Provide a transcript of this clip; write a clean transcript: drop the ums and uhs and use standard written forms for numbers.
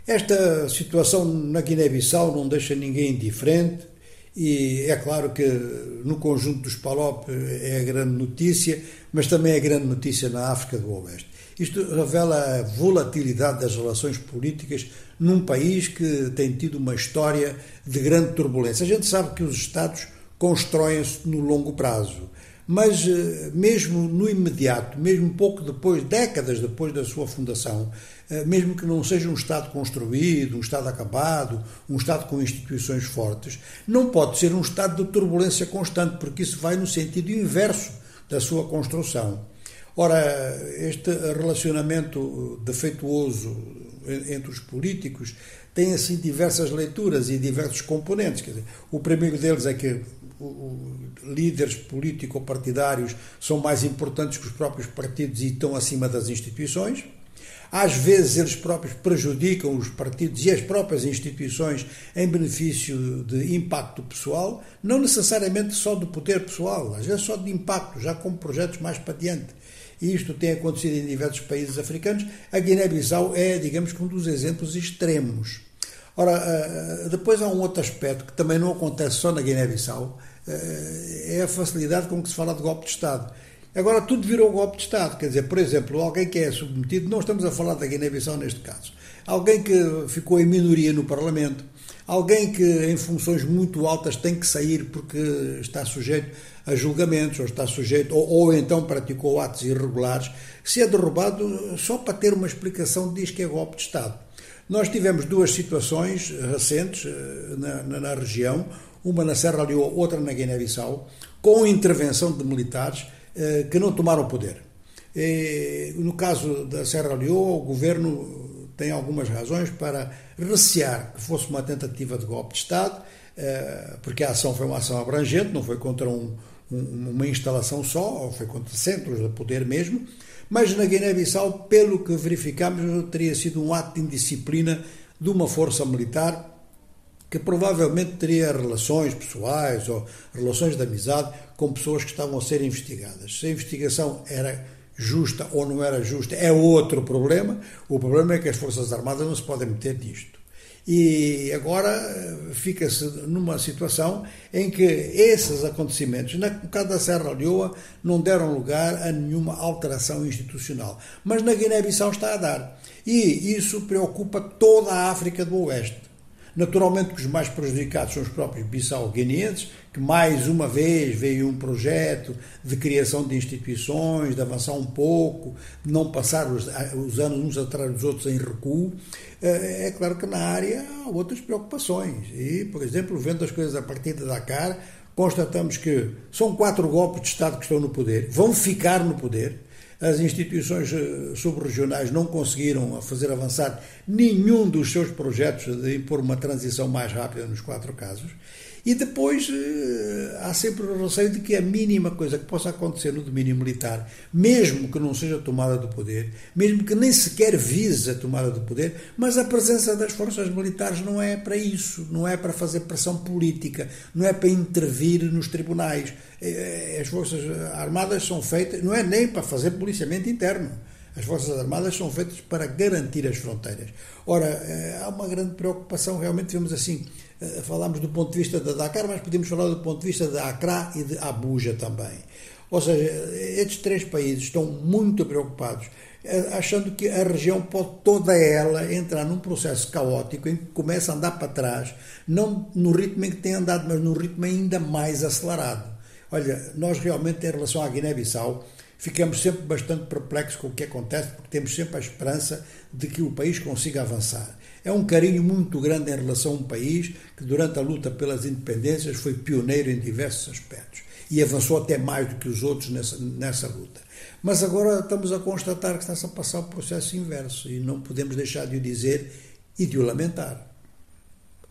Esta situação na Guiné-Bissau não deixa ninguém indiferente e é claro que no conjunto dos PALOP é a grande notícia, mas também é grande notícia na África do Oeste. Isto revela a volatilidade das relações políticas num país que tem tido uma história de grande turbulência. A gente sabe que os Estados constroem-se no longo prazo, mas mesmo no imediato, mesmo pouco depois, décadas depois da sua fundação, mesmo que não seja um Estado construído, um Estado acabado, um Estado com instituições fortes, não pode ser um Estado de turbulência constante, porque isso vai no sentido inverso da sua construção. Ora, este relacionamento defeituoso entre os políticos tem assim diversas leituras e diversos componentes. Quer dizer, o primeiro deles é que líderes político-partidários são mais importantes que os próprios partidos e estão acima das instituições. Às vezes eles próprios prejudicam os partidos e as próprias instituições em benefício de impacto pessoal, não necessariamente só do poder pessoal, às vezes só de impacto, já como projetos mais para diante. E isto tem acontecido em diversos países africanos. A Guiné-Bissau é, digamos, um dos exemplos extremos. Ora, depois há um outro aspecto que também não acontece só na Guiné-Bissau, é a facilidade com que se fala de golpe de Estado. Agora tudo virou golpe de Estado, quer dizer, por exemplo, alguém que é submetido, não estamos a falar da Guiné-Bissau neste caso, alguém que ficou em minoria no Parlamento, alguém que em funções muito altas tem que sair porque está sujeito a julgamentos, ou está sujeito, ou então praticou atos irregulares, se é derrubado só para ter uma explicação diz que é golpe de Estado. Nós tivemos duas situações recentes na região, uma na Serra Leoa, outra na Guiné-Bissau, com intervenção de militares que não tomaram poder. No caso da Serra Leoa, o governo tem algumas razões para recear que fosse uma tentativa de golpe de Estado, porque a ação foi uma ação abrangente, não foi contra uma instalação só, foi contra centros de poder mesmo, mas na Guiné-Bissau, pelo que verificamos, teria sido um ato de indisciplina de uma força militar que provavelmente teria relações pessoais ou relações de amizade com pessoas que estavam a ser investigadas. Se a investigação era justa ou não era justa é outro problema. O problema é que as Forças Armadas não se podem meter nisto. E agora fica-se numa situação em que esses acontecimentos, no caso da Serra Leoa, não deram lugar a nenhuma alteração institucional. Mas na Guiné-Bissau está a dar. E isso preocupa toda a África do Oeste. Naturalmente que os mais prejudicados são os próprios bissau-guineenses, que mais uma vez veio um projeto de criação de instituições, de avançar um pouco, de não passar os anos uns atrás dos outros em recuo. É claro que na área há outras preocupações. E, por exemplo, vendo as coisas a partir de Dakar, constatamos que são 4 golpes de Estado que estão no poder, vão ficar no poder. As instituições subregionais não conseguiram fazer avançar nenhum dos seus projetos de impor uma transição mais rápida nos 4 casos. E depois há sempre o receio de que a mínima coisa que possa acontecer no domínio militar, mesmo que não seja tomada do poder, mesmo que nem sequer vise a tomada do poder, mas a presença das forças militares não é para isso, não é para fazer pressão política, não é para intervir nos tribunais. As Forças Armadas são feitas, não é nem para fazer policiamento interno. As Forças Armadas são feitas para garantir as fronteiras. Ora, há uma grande preocupação, realmente vemos assim, falámos do ponto de vista da Dakar, mas podemos falar do ponto de vista de Accra e de Abuja também. Ou seja, estes 3 países estão muito preocupados, achando que a região pode toda ela entrar num processo caótico em que começa a andar para trás, não no ritmo em que tem andado, mas num ritmo ainda mais acelerado. Olha, nós realmente, em relação à Guiné-Bissau, ficamos sempre bastante perplexos com o que acontece, porque temos sempre a esperança de que o país consiga avançar. É um carinho muito grande em relação a um país que, durante a luta pelas independências, foi pioneiro em diversos aspectos e avançou até mais do que os outros nessa luta. Mas agora estamos a constatar que está-se a passar o processo inverso e não podemos deixar de o dizer e de o lamentar.